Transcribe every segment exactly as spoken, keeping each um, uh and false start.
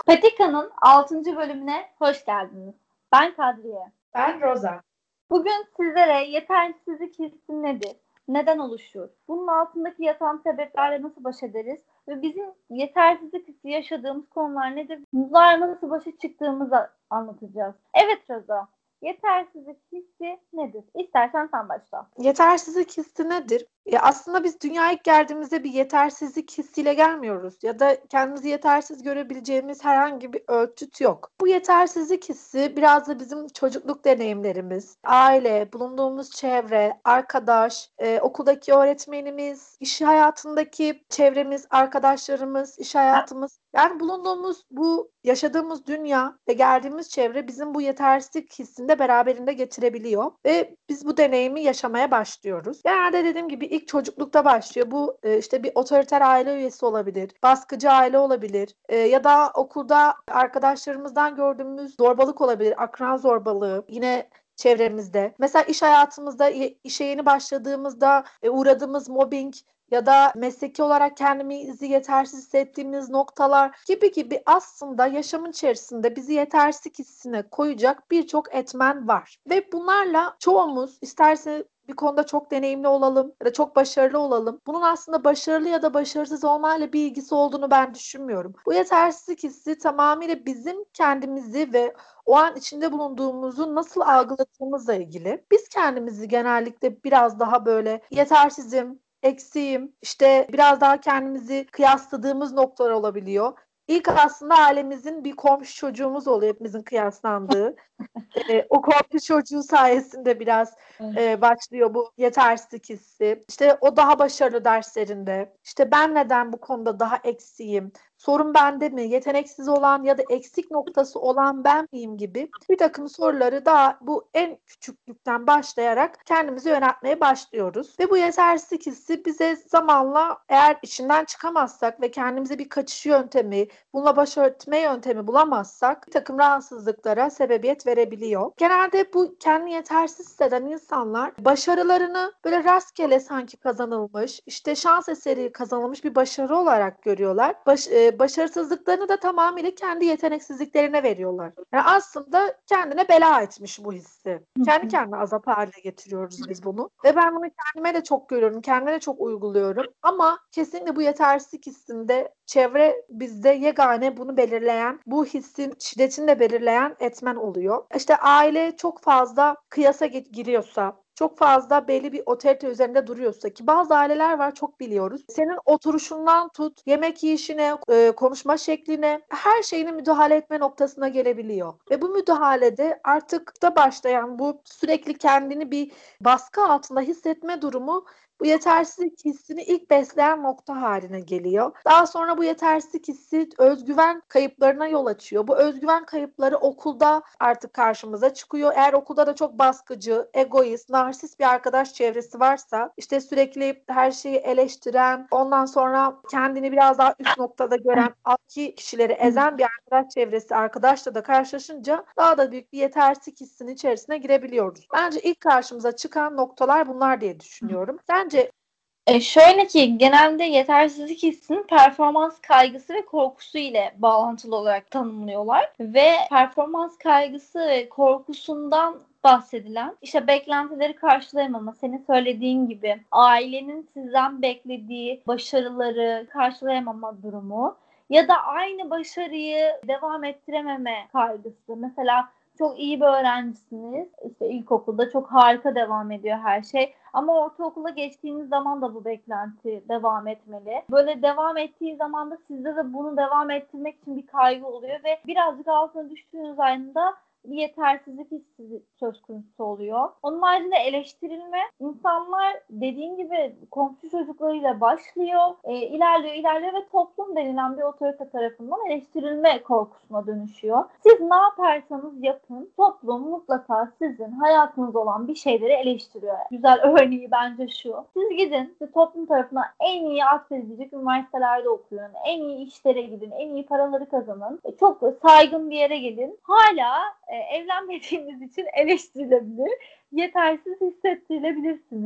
Patika'nın altıncı bölümüne hoş geldiniz. Ben Kadriye. Ben Roza. Bugün sizlere yetersizlik hissi nedir? Neden oluşuyor? Bunun altındaki yatan sebeplerle nasıl baş ederiz? Ve bizim yetersizlik hissi yaşadığımız konular nedir? Bunlarla nasıl başa çıktığımızı anlatacağız. Evet Roza, yetersizlik hissi nedir? İstersen sen başla. Yetersizlik hissi nedir? Ya aslında biz dünyaya ilk geldiğimizde bir yetersizlik hissiyle gelmiyoruz ya da kendimizi yetersiz görebileceğimiz herhangi bir ölçüt yok. Bu yetersizlik hissi biraz da bizim çocukluk deneyimlerimiz, aile, bulunduğumuz çevre, arkadaş, e, okuldaki öğretmenimiz, iş hayatındaki çevremiz, arkadaşlarımız, iş hayatımız, yani bulunduğumuz bu yaşadığımız dünya ve geldiğimiz çevre bizim bu yetersizlik hissini de beraberinde getirebiliyor ve biz bu deneyimi yaşamaya başlıyoruz. Genelde dediğim gibi ilk çocuklukta başlıyor. Bu e, işte bir otoriter aile üyesi olabilir, baskıcı aile olabilir e, ya da okulda arkadaşlarımızdan gördüğümüz zorbalık olabilir, akran zorbalığı yine çevremizde. Mesela iş hayatımızda, işe yeni başladığımızda e, uğradığımız mobbing ya da mesleki olarak kendimizi yetersiz hissettiğimiz noktalar gibi gibi aslında yaşamın içerisinde bizi yetersiz hissine koyacak birçok etmen var. Ve bunlarla çoğumuz isterse bir konuda çok deneyimli olalım ya da çok başarılı olalım. Bunun aslında başarılı ya da başarısız olmayla bir ilgisi olduğunu ben düşünmüyorum. Bu yetersizlik hissi tamamıyla bizim kendimizi ve o an içinde bulunduğumuzu nasıl algıladığımızla ilgili. Biz kendimizi genellikle biraz daha böyle yetersizim, eksiğim, işte biraz daha kendimizi kıyasladığımız noktalar olabiliyor. İlk aslında ailemizin bir komşu çocuğumuz oluyor hepimizin kıyaslandığı. e, o komşu çocuğu sayesinde biraz e, başlıyor bu yetersizlik hissi. İşte o daha başarılı derslerinde. İşte ben neden bu konuda daha eksiğim? Sorun bende mi? Yeteneksiz olan ya da eksik noktası olan ben miyim gibi bir takım soruları daha bu en küçüklükten başlayarak kendimizi yöneltmeye başlıyoruz. Ve bu yetersizlik hissi bize zamanla eğer içinden çıkamazsak ve kendimize bir kaçış yöntemi, bununla baş etme yöntemi bulamazsak bir takım rahatsızlıklara sebebiyet verebiliyor. Genelde bu kendini yetersiz hisseden insanlar başarılarını böyle rastgele sanki kazanılmış, işte şans eseri kazanılmış bir başarı olarak görüyorlar. Baş, e, başarısızlıklarını da tamamıyla kendi yeteneksizliklerine veriyorlar. Yani aslında kendine bela etmiş bu hissi. Kendi kendine azap haline getiriyoruz biz bunu. Ve ben bunu kendime de çok görüyorum, kendime de çok uyguluyorum. Ama kesinlikle bu yetersizlik hissinde çevre bizde yegane bunu belirleyen, bu hissin şiddetini de belirleyen etmen oluyor. İşte aile çok fazla kıyasa giriyorsa, çok fazla belli bir otorite üzerinde duruyorsa ki bazı aileler var çok biliyoruz. Senin oturuşundan tut, yemek yiyişine, e, konuşma şekline, her şeyine müdahale etme noktasına gelebiliyor. Ve bu müdahalede artık da başlayan bu sürekli kendini bir baskı altında hissetme durumu bu yetersizlik hissini ilk besleyen nokta haline geliyor. Daha sonra bu yetersizlik hissi özgüven kayıplarına yol açıyor. Bu özgüven kayıpları okulda artık karşımıza çıkıyor. Eğer okulda da çok baskıcı, egoist, narsist bir arkadaş çevresi varsa, işte sürekli her şeyi eleştiren, ondan sonra kendini biraz daha üst noktada gören, altki kişileri ezen bir arkadaş çevresi, arkadaşla da karşılaşınca daha da büyük bir yetersizlik hissinin içerisine girebiliyoruz. Bence ilk karşımıza çıkan noktalar bunlar diye düşünüyorum. Sence? E şöyle ki genelde yetersizlik hissini performans kaygısı ve korkusu ile bağlantılı olarak tanımlıyorlar ve performans kaygısı ve korkusundan bahsedilen işte beklentileri karşılayamama, senin söylediğin gibi ailenin sizden beklediği başarıları karşılayamama durumu ya da aynı başarıyı devam ettirememe kaygısı. Mesela çok iyi bir öğrencisiniz. İşte ilkokulda çok harika devam ediyor her şey. Ama ortaokula geçtiğiniz zaman da bu beklenti devam etmeli. Böyle devam ettiği zaman da sizde de bunu devam ettirmek için bir kaygı oluyor ve birazcık altına düştüğünüz anda bir yetersizlik hissi söz konusu oluyor. Onun haricinde eleştirilme. İnsanlar dediğin gibi komşu çocuklarıyla başlıyor, e, ilerliyor, ilerliyor ve toplum denilen bir otorite tarafından eleştirilme korkusuna dönüşüyor. Siz ne yaparsanız yapın, toplum mutlaka sizin hayatınızda olan bir şeyleri eleştiriyor. Güzel örneği bence şu. Siz gidin, siz toplum tarafından en iyi atfedilecek üniversitelerde okuyun, en iyi işlere gidin, en iyi paraları kazanın, çok saygın bir yere gidin. Hala e, evlenmediğiniz için eleştirilebilir, yetersiz hissettirilebilirsiniz.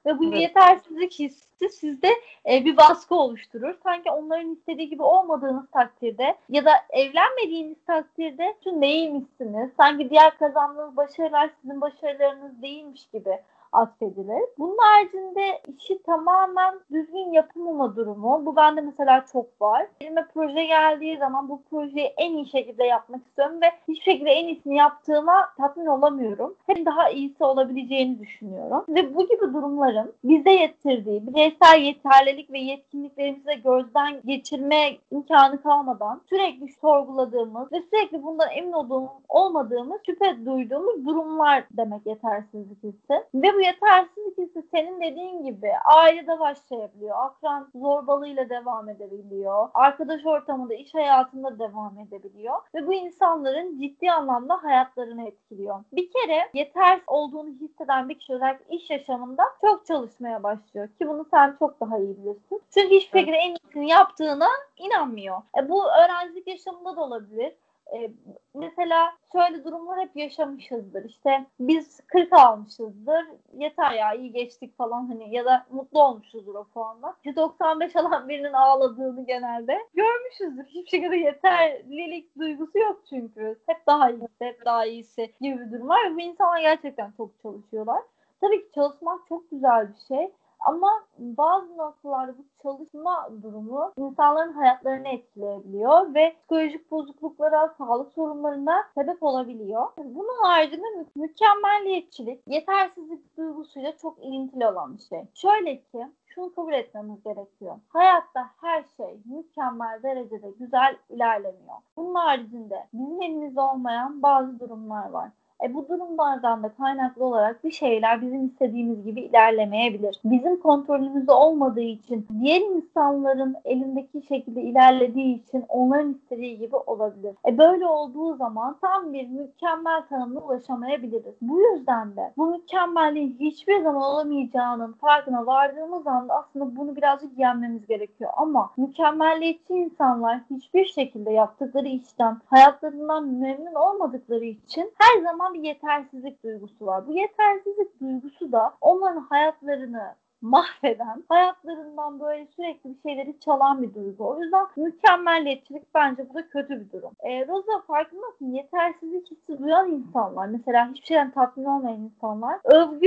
ve bu Evet. yetersizlik hissi sizde e, bir baskı oluşturur. Sanki onların istediği gibi olmadığınız takdirde ya da evlenmediğiniz takdirde şu neymişsiniz? Sanki diğer kazandığınız başarılar sizin başarılarınız değilmiş gibi atfedilir. Bunun haricinde işi tamamen düzgün yapamama durumu. Bu bende mesela çok var. Elime proje geldiği zaman bu projeyi en iyi şekilde yapmak istiyorum ve hiçbir şekilde en iyisini yaptığıma tatmin olamıyorum. Hem daha iyisi olabileceğini düşünüyorum. Ve bu gibi durumların bize getirdiği bireysel yeterlilik ve yetkinliklerimizi de gözden geçirme imkanı kalmadan sürekli sorguladığımız ve sürekli bundan emin olduğumuz, olmadığımız, şüphe duyduğumuz durumlar demek yetersizlik hissi. Ve bu yetersizlik hissi senin dediğin gibi ailede başlayabiliyor. Akran zorbalığıyla devam edebiliyor. Arkadaş ortamında, iş hayatında devam edebiliyor. Ve bu insanların ciddi anlamda hayatlarını etkiliyor. Bir kere yetersiz olduğunu hisseden bir kişi özellikle iş yaşamında çok çalışmaya başlıyor. Ki bunu sen çok daha iyi bilirsin. Çünkü hiçbir şekilde en iyisini yaptığına inanmıyor. E bu öğrencilik yaşamında da olabilir. Ee, mesela şöyle durumlar hep yaşamışızdır. İşte biz kırk almışızdır. Yeter ya iyi geçtik falan hani ya da mutlu olmuşuzdur o puanla. doksan beş alan birinin ağladığını genelde görmüşüzdür. Hiçbir şekilde yeterlilik duygusu yok çünkü. Hep daha iyisi, hep daha iyisi gibi bir durum var. Ve bu insanlar gerçekten çok çalışıyorlar. Tabii ki çalışmak çok güzel bir şey. Ama bazı noktalarda bu çalışma durumu insanların hayatlarını etkileyebiliyor ve psikolojik bozukluklara, sağlık sorunlarına sebep olabiliyor. Bunun haricinde mü- mükemmelliyetçilik, yetersizlik duygusuyla çok ilintili olan bir şey. Şöyle ki, şunu kabul etmemiz gerekiyor. Hayatta her şey mükemmel derecede güzel ilerlemiyor. Bunun haricinde bizim elimizde olmayan bazı durumlar var. E bu durumlardan da kaynaklı olarak bir şeyler bizim istediğimiz gibi ilerlemeyebilir. Bizim kontrolümüzde olmadığı için, diğer insanların elindeki şekilde ilerlediği için onların istediği gibi olabilir. E böyle olduğu zaman tam bir mükemmel tanımına ulaşamayabiliriz. Bu yüzden de bu mükemmelliğin hiçbir zaman olamayacağının farkına vardığımız anda aslında bunu birazcık yenmemiz gerekiyor. Ama mükemmelliyetçi insanlar hiçbir şekilde yaptıkları işten, hayatlarından memnun olmadıkları için her zaman bir yetersizlik duygusu var. Bu yetersizlik duygusu da onların hayatlarını mahveden, hayatlarından böyle sürekli bir şeyleri çalan bir duygu. O yüzden mükemmelliyetçilik bence bu da kötü bir durum. Ee, Rosa farkında mısın? Yetersizlik hissi duyan insanlar, mesela hiçbir şeyden tatmin olmayan insanlar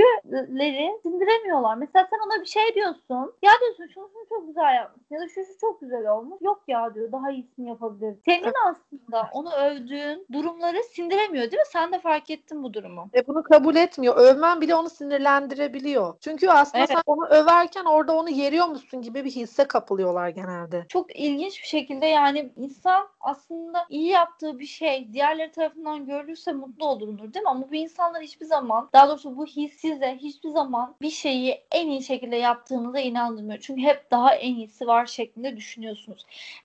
övgüleri sindiremiyorlar. Mesela sen ona bir şey diyorsun. Ya diyorsun şunu şunu çok güzel yapmışsın ya da şu şu çok güzel olmuş. Yok ya diyor daha iyisini yapabiliriz. Senin aslında onu övdüğün durumları sindiremiyor değil mi? Sen de fark ettin bu durumu. Ve bunu kabul etmiyor. Övmen bile onu sinirlendirebiliyor. Çünkü aslında Evet. sen onu överken orada onu yeriyormuşsun gibi bir hisse kapılıyorlar genelde. Çok ilginç bir şekilde yani insan aslında iyi yaptığı bir şey diğerleri tarafından görülürse mutlu olunur değil mi? Ama bu insanlar hiçbir zaman, daha doğrusu bu his size hiçbir zaman bir şeyi en iyi şekilde yaptığınıza inandırmıyor. Çünkü hep daha en iyisi var şeklinde düşünüyorsunuz.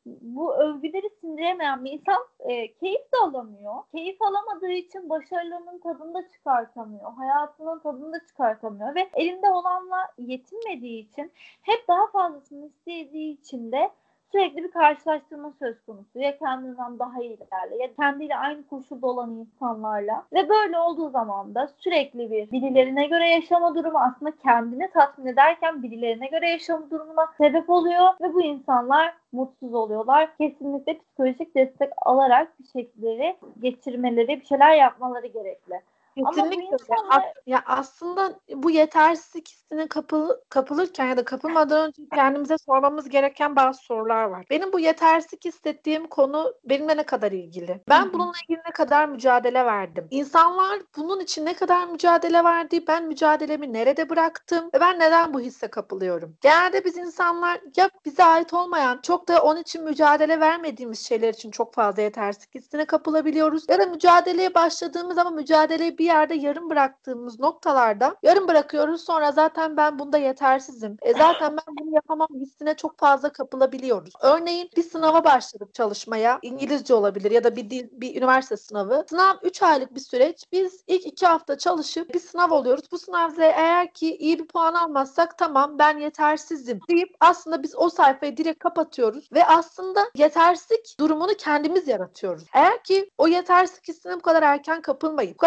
Bu övgüleri sindiremeyen bir insan e, keyif de alamıyor. Keyif alamadığı için başarılarının tadını da çıkartamıyor. Hayatının tadını da çıkartamıyor ve elinde olanla yetinmediği için hep daha fazlasını istediği için de sürekli bir karşılaştırma söz konusu. Ya kendinden daha iyilerle ya kendiyle aynı koşulda olan insanlarla. Ve böyle olduğu zaman da sürekli bir birilerine göre yaşama durumu aslında kendini tatmin ederken birilerine göre yaşama durumuna sebep oluyor. Ve bu insanlar mutsuz oluyorlar. Kesinlikle psikolojik destek alarak bir şekilleri geçirmeleri, bir şeyler yapmaları gerekli. Ama bu Kesinlikle öyle. insanlar... As- ya aslında bu yetersizlik hissine kapıl kapılırken ya da kapılmadan önce kendimize sormamız gereken bazı sorular var. Benim bu yetersizlik hissettiğim konu benimle ne kadar ilgili? Ben bununla ilgili ne kadar mücadele verdim? İnsanlar bunun için ne kadar mücadele verdi? Ben mücadelemi nerede bıraktım? Ve ben neden bu hisse kapılıyorum? Genelde biz insanlar ya bize ait olmayan, çok da onun için mücadele vermediğimiz şeyler için çok fazla yetersizlik hissine kapılabiliyoruz. Ya da mücadeleye başladığımız ama mücadeleyi bir yerde yarım bıraktığımız noktalarda yarım bırakıyoruz, sonra zaten ben bunda yetersizim. E zaten ben bunu yapamam hissine çok fazla kapılabiliyoruz. Örneğin bir sınava başladık çalışmaya. İngilizce olabilir ya da bir dil, bir üniversite sınavı. Sınav üç aylık bir süreç. Biz ilk iki hafta çalışıp bir sınav oluyoruz. Bu sınavda eğer ki iyi bir puan almazsak tamam ben yetersizim deyip aslında biz o sayfayı direkt kapatıyoruz ve aslında yetersizlik durumunu kendimiz yaratıyoruz. Eğer ki o yetersizlik hissine bu kadar erken kapılmayıp bu kadar çabuk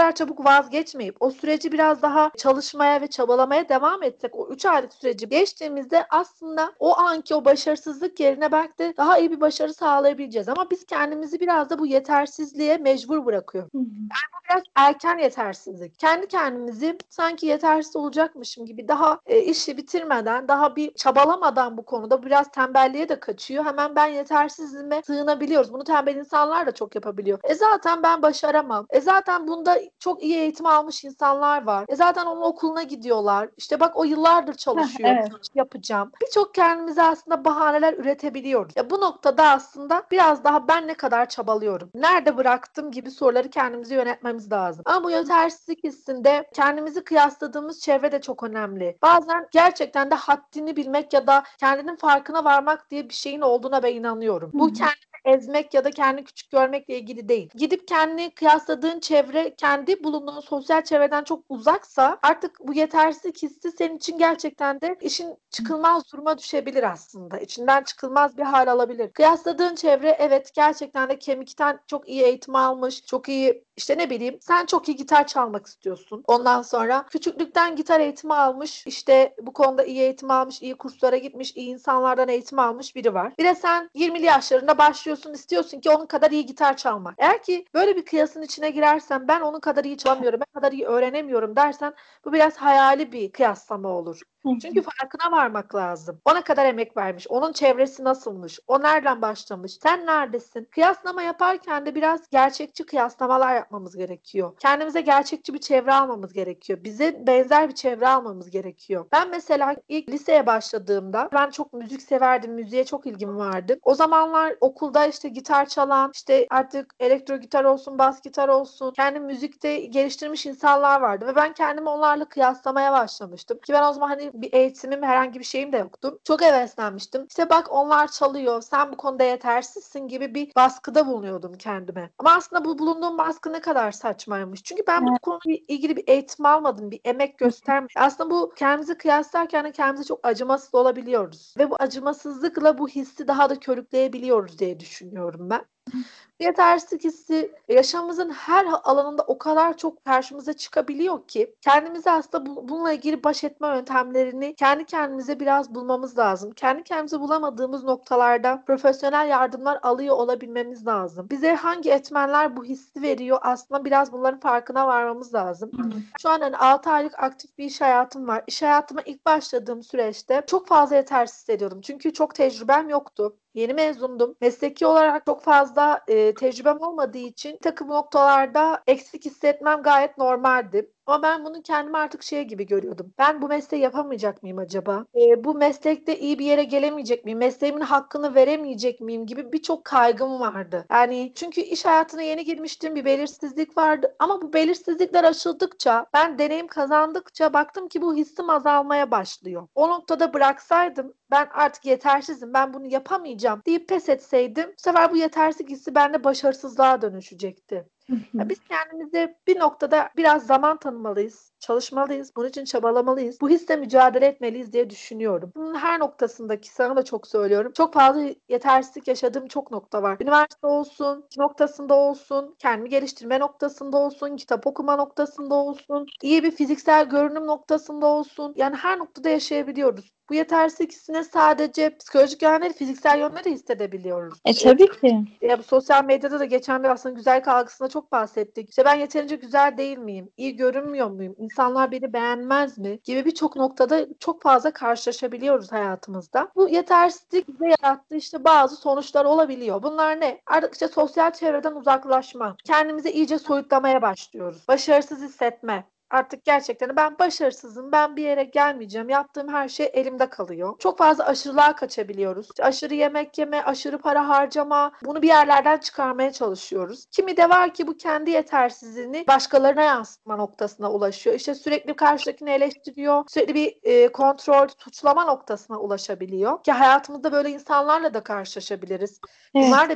vazgeçmeyip o süreci biraz daha çalışmaya ve çabalamaya devam etsek, o üç aylık süreci geçtiğimizde aslında o anki o başarısızlık yerine belki de daha iyi bir başarı sağlayabileceğiz. Ama biz kendimizi biraz da bu yetersizliğe mecbur bırakıyoruz. Hı hı. Biraz erken yetersizlik. Kendi kendimizi sanki yetersiz olacakmışım gibi daha e, işi bitirmeden, daha bir çabalamadan bu konuda biraz tembelliğe de kaçıyor. Hemen ben yetersizliğime sığınabiliyoruz. Bunu tembel insanlar da çok yapabiliyor. E zaten ben başaramam. E zaten bunda çok iyi eğitim almış insanlar var. E zaten onun okuluna gidiyorlar. İşte bak o yıllardır çalışıyor. Evet. Yapacağım. Birçok kendimize aslında bahaneler üretebiliyoruz. Ya bu noktada aslında biraz daha ben ne kadar çabalıyorum? Nerede bıraktım gibi soruları kendimize yönetmemiz lazım. Ama bu yetersizlik hissinde kendimizi kıyasladığımız çevre de çok önemli. Bazen gerçekten de haddini bilmek ya da kendinin farkına varmak diye bir şeyin olduğuna ben inanıyorum. Bu kendini ezmek ya da kendini küçük görmekle ilgili değil. Gidip kendini kıyasladığın çevre kendi bulunduğun sosyal çevreden çok uzaksa artık bu yetersizlik hissi senin için gerçekten de işin çıkılmaz duruma düşebilir aslında. İçinden çıkılmaz bir hal alabilir. Kıyasladığın çevre evet gerçekten de kemikten çok iyi eğitim almış, çok iyi işte ne bileyim sen çok iyi gitar çalmak istiyorsun. Ondan sonra küçüklükten gitar eğitimi almış, işte bu konuda iyi eğitim almış, iyi kurslara gitmiş, iyi insanlardan eğitim almış biri var. Bir de sen yirmili yaşlarında başlıyorsun, istiyorsun ki onun kadar iyi gitar çalmak. Eğer ki böyle bir kıyasın içine girersen ben onun kadar iyi çalamıyorum, ben kadar iyi öğrenemiyorum dersen bu biraz hayali bir kıyaslama olur. Çünkü farkına varmak lazım. Ona kadar emek vermiş. Onun çevresi nasılmış? O nereden başlamış? Sen neredesin? Kıyaslama yaparken de biraz gerçekçi kıyaslamalar yapmamız gerekiyor. Kendimize gerçekçi bir çevre almamız gerekiyor. Bize benzer bir çevre almamız gerekiyor. Ben mesela ilk liseye başladığımda ben çok müzik severdim. Müziğe çok ilgim vardı. O zamanlar okulda işte gitar çalan, işte artık elektro gitar olsun, bas gitar olsun, kendi müzikte geliştirmiş insanlar vardı ve ben kendimi onlarla kıyaslamaya başlamıştım. Ki ben o zaman hani bir eğitimim, herhangi bir şeyim de yoktu. Çok heveslenmiştim. İşte bak onlar çalıyor, sen bu konuda yetersizsin gibi bir baskıda bulunuyordum kendime. Ama aslında bu bulunduğum baskı ne kadar saçmaymış. Çünkü ben bu konuyla ilgili bir eğitim almadım, bir emek göstermedim. Aslında bu kendimizi kıyaslarken de kendimize çok acımasız olabiliyoruz. Ve bu acımasızlıkla bu hissi daha da körükleyebiliyoruz diye düşünüyorum ben. Yetersizlik hissi yaşamımızın her alanında o kadar çok karşımıza çıkabiliyor ki kendimize aslında bu, bununla ilgili baş etme yöntemlerini kendi kendimize biraz bulmamız lazım. Kendi kendimize bulamadığımız noktalarda profesyonel yardımlar alıyor olabilmemiz lazım. Bize hangi etmenler bu hissi veriyor aslında biraz bunların farkına varmamız lazım. Şu an hani altı aylık aktif bir iş hayatım var. İş hayatıma ilk başladığım süreçte çok fazla yetersiz hissediyordum. Çünkü çok tecrübem yoktu. Yeni mezundum. Mesleki olarak çok fazla e, tecrübem olmadığı için bir takım noktalarda eksik hissetmem gayet normaldi. Ama ben bunu kendime artık şey gibi görüyordum. Ben bu mesleği yapamayacak mıyım acaba? E, bu meslekte iyi bir yere gelemeyecek miyim? Mesleğimin hakkını veremeyecek miyim gibi birçok kaygım vardı. Yani çünkü iş hayatına yeni girmiştim. Bir belirsizlik vardı. Ama bu belirsizlikler aşıldıkça, ben deneyim kazandıkça baktım ki bu hissim azalmaya başlıyor. O noktada bıraksaydım ben artık yetersizim, ben bunu yapamayacağım deyip pes etseydim bu sefer bu yetersizlik hissi bende başarısızlığa dönüşecekti. Ya biz kendimize bir noktada biraz zaman tanımalıyız, çalışmalıyız, bunun için çabalamalıyız. Bu hisle mücadele etmeliyiz diye düşünüyorum. Bunun her noktasındaki sana da çok söylüyorum. Çok fazla yetersizlik yaşadığım çok nokta var. Üniversite olsun, noktasında olsun, kendimi geliştirme noktasında olsun, kitap okuma noktasında olsun, iyi bir fiziksel görünüm noktasında olsun. Yani her noktada yaşayabiliyoruz. Bu yetersizlik hissine sadece psikolojik yönleri, fiziksel yönleri de hissedebiliyoruz. E tabii ki. Ya bu sosyal medyada da geçen bir aslında güzellik algısında çok bahsettik. İşte ben yeterince güzel değil miyim? İyi görünmüyor muyum? İnsanlar beni beğenmez mi? Gibi birçok noktada çok fazla karşılaşabiliyoruz hayatımızda. Bu yetersizlik bize yarattığı işte bazı sonuçlar olabiliyor. Bunlar ne? Artık işte sosyal çevreden uzaklaşma. Kendimizi iyice soyutlamaya başlıyoruz. Başarısız hissetme. Artık gerçekten ben başarısızım, ben bir yere gelmeyeceğim, yaptığım her şey elimde kalıyor. Çok fazla aşırılığa kaçabiliyoruz. İşte aşırı yemek yeme, aşırı para harcama, bunu bir yerlerden çıkarmaya çalışıyoruz. Kimi de var ki bu kendi yetersizliğini başkalarına yansıtma noktasına ulaşıyor. İşte sürekli karşıdakini eleştiriyor, sürekli bir e, kontrol, suçlama noktasına ulaşabiliyor. Ki hayatımızda böyle insanlarla da karşılaşabiliriz. Evet. Bunlar da bizi bu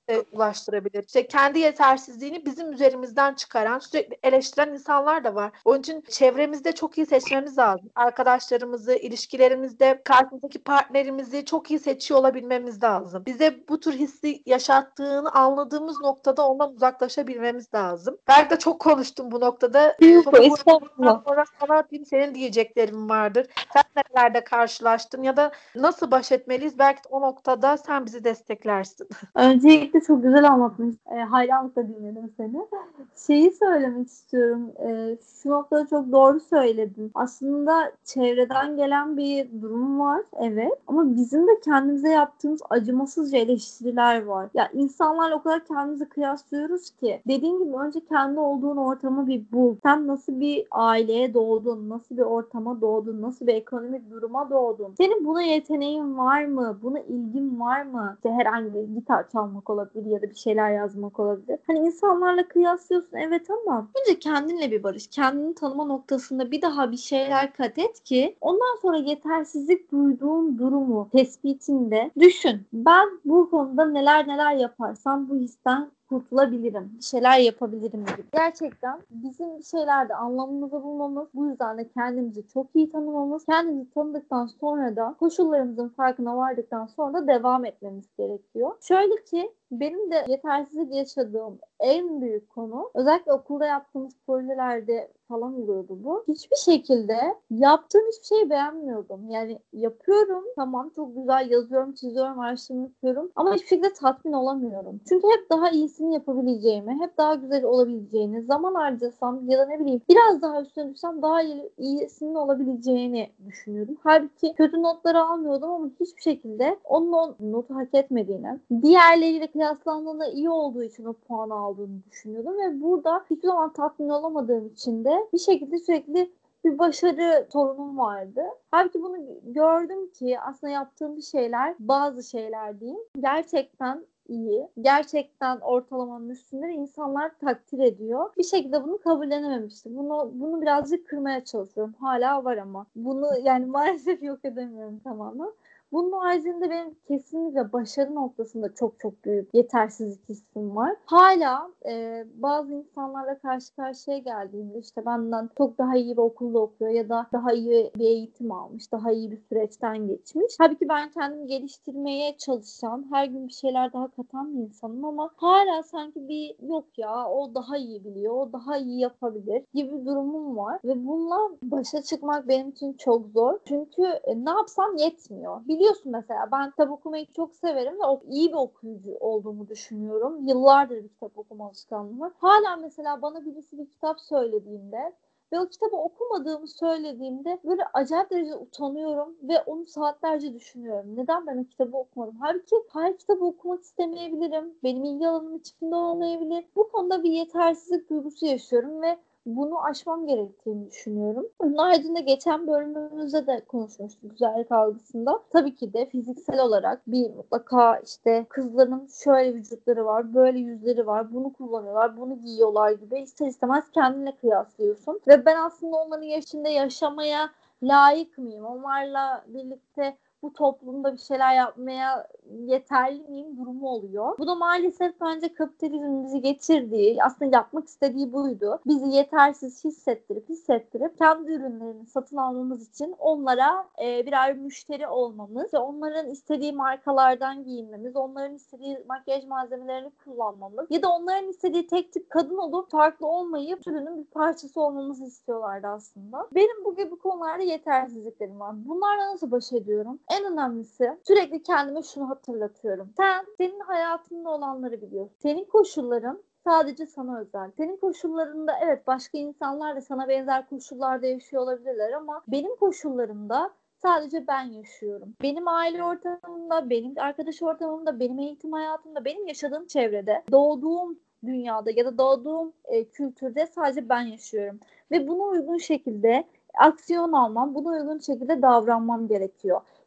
e, ulaştırabilir. İşte kendi yetersizliğini bizim üzerimizden çıkaran, sürekli eleştiren insanlar da var. Onun için çevremizde çok iyi seçmemiz lazım. Arkadaşlarımızı, ilişkilerimizde karşımızdaki partnerimizi çok iyi seçiyor olabilmemiz lazım. Bize bu tür hissi yaşattığını anladığımız noktada ondan uzaklaşabilmemiz lazım. Ben de çok konuştum bu noktada. Topu buradan sonra sana atayım, senin diyeceklerin vardır. Sen nerelerde karşılaştın ya da nasıl baş etmeliyiz? Belki de o noktada sen bizi desteklersin. Öncelikle çok güzel anlatmış. E, hayranlıkla dinledim seni. Şeyi söylemek istiyorum. E, şu noktada çok doğru söyledin. Aslında çevreden gelen bir durum var. Evet. Ama bizim de kendimize yaptığımız acımasızca eleştiriler var. Ya insanlarla o kadar kendimizi kıyaslıyoruz ki. Dediğim gibi önce kendi olduğun ortamı bir bul. Sen nasıl bir aileye doğdun? Nasıl bir ortama doğdun? Nasıl bir ekonomik duruma doğdun? Senin buna yeteneğin var mı? Buna ilgin var mı? İşte herhangi bir gitar çalmak olabilir ya da bir şeyler yazmak olabilir. Hani insanlarla kıyaslıyorsun evet ama önce kendinle bir barış. Kendini tanıma noktasında bir daha bir şeyler kat et ki ondan sonra yetersizlik duyduğun durumu tespitinde düşün. Ben bu konuda neler neler yaparsam bu histen kurtulabilirim. Bir şeyler yapabilirim gibi. Gerçekten bizim bir şeylerde anlamımızı bulmamız, bu yüzden de kendimizi çok iyi tanımamız, kendimizi tanıdıktan sonra da koşullarımızın farkına vardıktan sonra da devam etmemiz gerekiyor. Şöyle ki benim de yetersizlik yaşadığım en büyük konu, özellikle okulda yaptığımız projelerde falan oluyordu bu. Hiçbir şekilde yaptığım hiçbir şeyi beğenmiyordum. Yani yapıyorum, tamam çok güzel yazıyorum, çiziyorum, araştırma yapıyorum ama hiçbir şekilde tatmin olamıyorum. Çünkü hep daha iyisini yapabileceğimi, hep daha güzel olabileceğini, zaman harcasam ya da ne bileyim biraz daha üstüne düşsem daha iyi, iyisinin olabileceğini düşünüyordum. Halbuki kötü notları almıyordum ama hiçbir şekilde onun notu hak etmediğini, diğerleriyle kıyaslandığında iyi olduğu için o puanı aldığını düşünüyordum ve burada hiçbir zaman tatmin olamadığım için de bir şekilde sürekli bir başarı sorunum vardı. Halbuki bunu gördüm ki aslında yaptığım bir şeyler, bazı şeyler diyeyim, gerçekten iyi. Gerçekten ortalamanın üstünde insanlar takdir ediyor. Bir şekilde bunu kabullenememiştim. Bunu bunu birazcık kırmaya çalışıyorum. Hala var ama. Bunu yani maalesef yok edemiyorum tamamen. Bunun haricinde benim kesinlikle başarı noktasında çok çok büyük yetersizlik hissim var. Hala e, bazı insanlarla karşı karşıya geldiğimde işte benden çok daha iyi bir okulda okuyor ya da daha iyi bir eğitim almış, daha iyi bir süreçten geçmiş. Halbuki ben kendimi geliştirmeye çalışan, her gün bir şeyler daha katan bir insanım ama hala sanki bir yok ya o daha iyi biliyor, o daha iyi yapabilir gibi bir durumum var ve bununla başa çıkmak benim için çok zor. Çünkü e, ne yapsam yetmiyor. Biliyorsun mesela ben kitap okumayı çok severim ve iyi bir okuyucu olduğumu düşünüyorum. Yıllardır bir kitap okuma alışkanlığım var. Hala mesela bana birisi bir kitap söylediğinde ve o kitabı okumadığımı söylediğimde böyle acayip derecede utanıyorum ve onu saatlerce düşünüyorum. Neden ben o kitabı okumadım? Halbuki her kitabı okumak istemeyebilirim. Benim ilgi alanım içinde olmayabilir. Bu konuda bir yetersizlik duygusu yaşıyorum ve bunu aşmam gerektiğini düşünüyorum. Bunun haricinde geçen bölümümüzde de konuşmuştuk güzellik algısında. Tabii ki de fiziksel olarak bir mutlaka işte kızların şöyle vücutları var, böyle yüzleri var, bunu kullanıyorlar, bunu giyiyorlar gibi ister istemez kendine kıyaslıyorsun. Ve ben aslında onların yaşında yaşamaya layık mıyım? Onlarla birlikte bu toplumda bir şeyler yapmaya yeterli miyim durumu oluyor. Bu da maalesef bence kapitalizmin bizi getirdiği, aslında yapmak istediği buydu. Bizi yetersiz hissettirip hissettirip kendi ürünlerini satın almamız için onlara e, birer müşteri olmamız ve onların istediği markalardan giyinmemiz, onların istediği makyaj malzemelerini kullanmamız ya da onların istediği tek tip kadın olup farklı olmayıp ürünün bir parçası olmamızı istiyorlardı aslında. Benim bu gibi konularda yetersizliklerim var. Bunlarla nasıl baş ediyorum? En önemlisi sürekli kendime şunu hatırlatıyorum. Sen senin hayatında olanları biliyorsun. Senin koşulların sadece sana özel. Senin koşullarında evet başka insanlar da sana benzer koşullarda yaşıyor olabilirler ama benim koşullarımda sadece ben yaşıyorum. Benim aile ortamımda, benim arkadaş ortamımda, benim eğitim hayatımda, benim yaşadığım çevrede, doğduğum dünyada ya da doğduğum e, kültürde sadece ben yaşıyorum. Ve buna uygun şekilde aksiyon almam, buna uygun şekilde davranmam gerekiyor.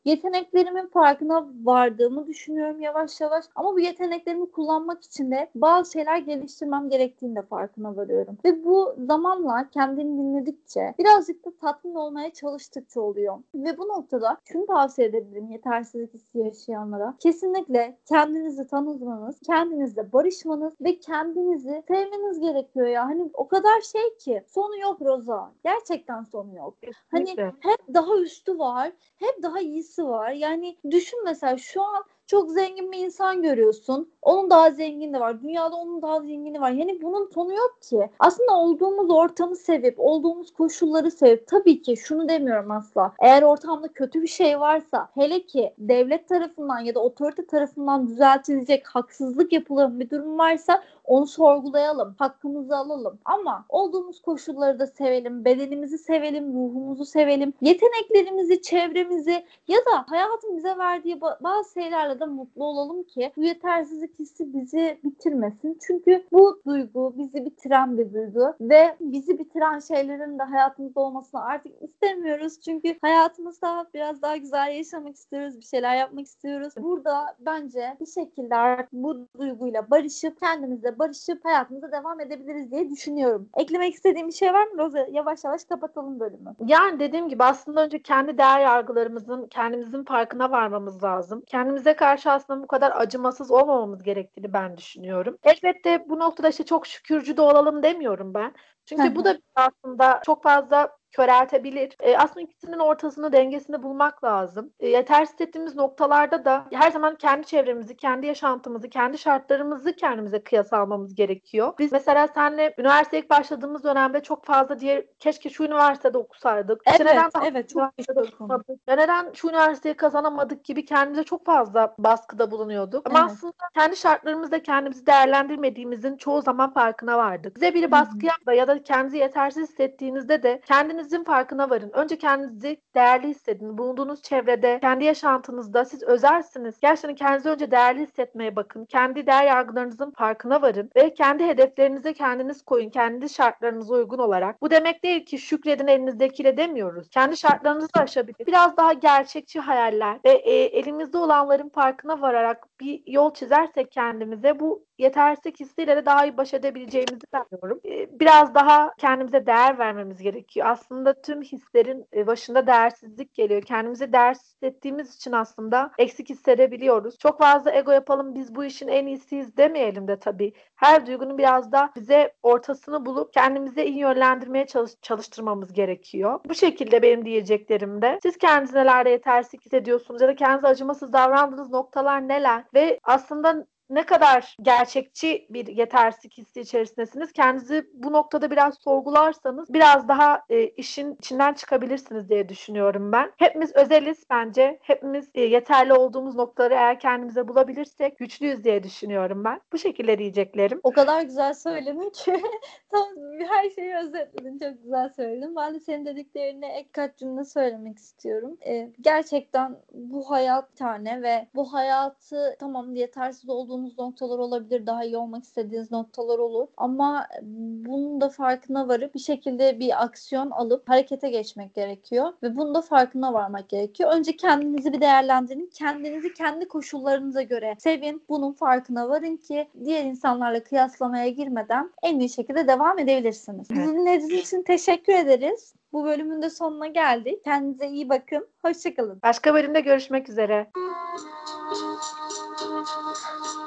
Yeteneklerimin farkına vardığımı düşünüyorum yavaş yavaş. Ama bu yeteneklerimi kullanmak için de bazı şeyler geliştirmem gerektiğini de farkına varıyorum. Ve bu zamanla kendini dinledikçe, birazcık da tatmin olmaya çalıştıkça oluyor. Ve bu noktada şunu tavsiye edebilirim yetersizlik hissi yaşayanlara. Kesinlikle kendinizi tanımanız, kendinizle barışmanız ve kendinizi sevmeniz gerekiyor ya. Hani o kadar şey ki sonu yok Roza. Gerçekten sonu yok. Kesinlikle. Hani hep daha üstü var, hep daha iyisi var. Yani düşün mesela şu an çok zengin bir insan görüyorsun. Onun daha zengini de var. Dünyada onun daha zengini var. Yani bunun sonu yok ki. Aslında olduğumuz ortamı sevip, olduğumuz koşulları sevip, tabii ki şunu demiyorum asla. Eğer ortamda kötü bir şey varsa, hele ki devlet tarafından ya da otorite tarafından düzeltilecek, haksızlık yapılan bir durum varsa onu sorgulayalım, hakkımızı alalım. Ama olduğumuz koşulları da sevelim, bedenimizi sevelim, ruhumuzu sevelim, yeteneklerimizi, çevremizi ya da hayatın bize verdiği bazı şeylerle de mutlu olalım ki bu yetersizlik hissi bizi bitirmesin. Çünkü bu duygu bizi bitiren bir duygu ve bizi bitiren şeylerin de hayatımızda olmasını artık istemiyoruz. Çünkü hayatımızda biraz daha güzel yaşamak istiyoruz, bir şeyler yapmak istiyoruz. Burada bence bir şekilde artık bu duyguyla barışıp, kendimizle barışıp hayatımıza devam edebiliriz diye düşünüyorum. Eklemek istediğim bir şey var mı Roza? Yavaş yavaş kapatalım bölümü. Yani dediğim gibi aslında önce kendi değer yargılarımızın, kendimizin farkına varmamız lazım. Kendimize karşı aslında bu kadar acımasız olmamamız gerektiğini ben düşünüyorum. Elbette bu noktada işte çok şükürcü de olalım demiyorum ben. Çünkü bu da aslında çok fazla köreltebilir. E, aslında ikisinin ortasını, dengesini bulmak lazım. E, yetersiz hissettiğimiz noktalarda da her zaman kendi çevremizi, kendi yaşantımızı, kendi şartlarımızı kendimize kıyas almamız gerekiyor. Biz mesela seninle üniversiteye ilk başladığımız dönemde çok fazla diye keşke şu üniversitede okusaydık. Evet, İşte neden daha evet, çok okumadık? Ya neden şu üniversiteyi kazanamadık gibi kendimize çok fazla baskıda bulunuyorduk. Ama Evet. aslında kendi şartlarımızda kendimizi değerlendirmediğimizin çoğu zaman farkına vardık. Size biri baskı yapma ya da kendinizi yetersiz hissettiğinizde de kendinizin farkına varın. Önce kendinizi değerli hissedin. Bulunduğunuz çevrede, kendi yaşantınızda siz özelsiniz. Gerçekten kendinizi önce değerli hissetmeye bakın. Kendi değer yargılarınızın farkına varın ve kendi hedeflerinize kendiniz koyun. Kendi şartlarınıza uygun olarak. Bu demek değil ki şükredin elinizdekiyle demiyoruz. Kendi şartlarınızı da aşabilir. Biraz daha gerçekçi hayaller ve e, elimizde olanların farkına vararak bir yol çizersek kendimize bu yetersizlik hissiyle de daha iyi baş edebileceğimizi sanıyorum. E, biraz daha kendimize değer vermemiz gerekiyor. Aslında tüm hislerin başında değersizlik geliyor. Kendimizi değersiz hissettiğimiz için aslında eksik hissedebiliyoruz. Çok fazla ego yapalım, biz bu işin en iyisiyiz demeyelim de tabii. Her duygunun biraz da bize ortasını bulup kendimize iyi yönlendirmeye çalış- çalıştırmamız gerekiyor. Bu şekilde benim diyeceklerim de. Siz kendiniz nelerde yetersizlik hissediyorsunuz ya da kendinize acımasız davrandığınız noktalar neler? Ve aslında ne kadar gerçekçi bir yetersizlik hissi içerisindesiniz. Kendinizi bu noktada biraz sorgularsanız biraz daha e, işin içinden çıkabilirsiniz diye düşünüyorum ben. Hepimiz özeliz bence. Hepimiz e, yeterli olduğumuz noktaları eğer kendimize bulabilirsek güçlüyüz diye düşünüyorum ben. Bu şekilde diyeceklerim. O kadar güzel söyledin ki tam her şeyi özetledin. Çok güzel söyledin. Ben de senin dediklerine ek kaç cümle söylemek istiyorum. Ee, gerçekten bu hayat tane ve bu hayatı tamam yetersiz olduğunuz noktalar olabilir. Daha iyi olmak istediğiniz noktalar olur. Ama bunun da farkına varıp bir şekilde bir aksiyon alıp harekete geçmek gerekiyor. Ve bunun da farkına varmak gerekiyor. Önce kendinizi bir değerlendirin. Kendinizi kendi koşullarınıza göre sevin. Bunun farkına varın ki diğer insanlarla kıyaslamaya girmeden en iyi şekilde devam edebilirsiniz. Evet. Bizi dinlediğiniz için teşekkür ederiz. Bu bölümün de sonuna geldik. Kendinize iyi bakın. Hoşçakalın. Başka bölümde görüşmek üzere.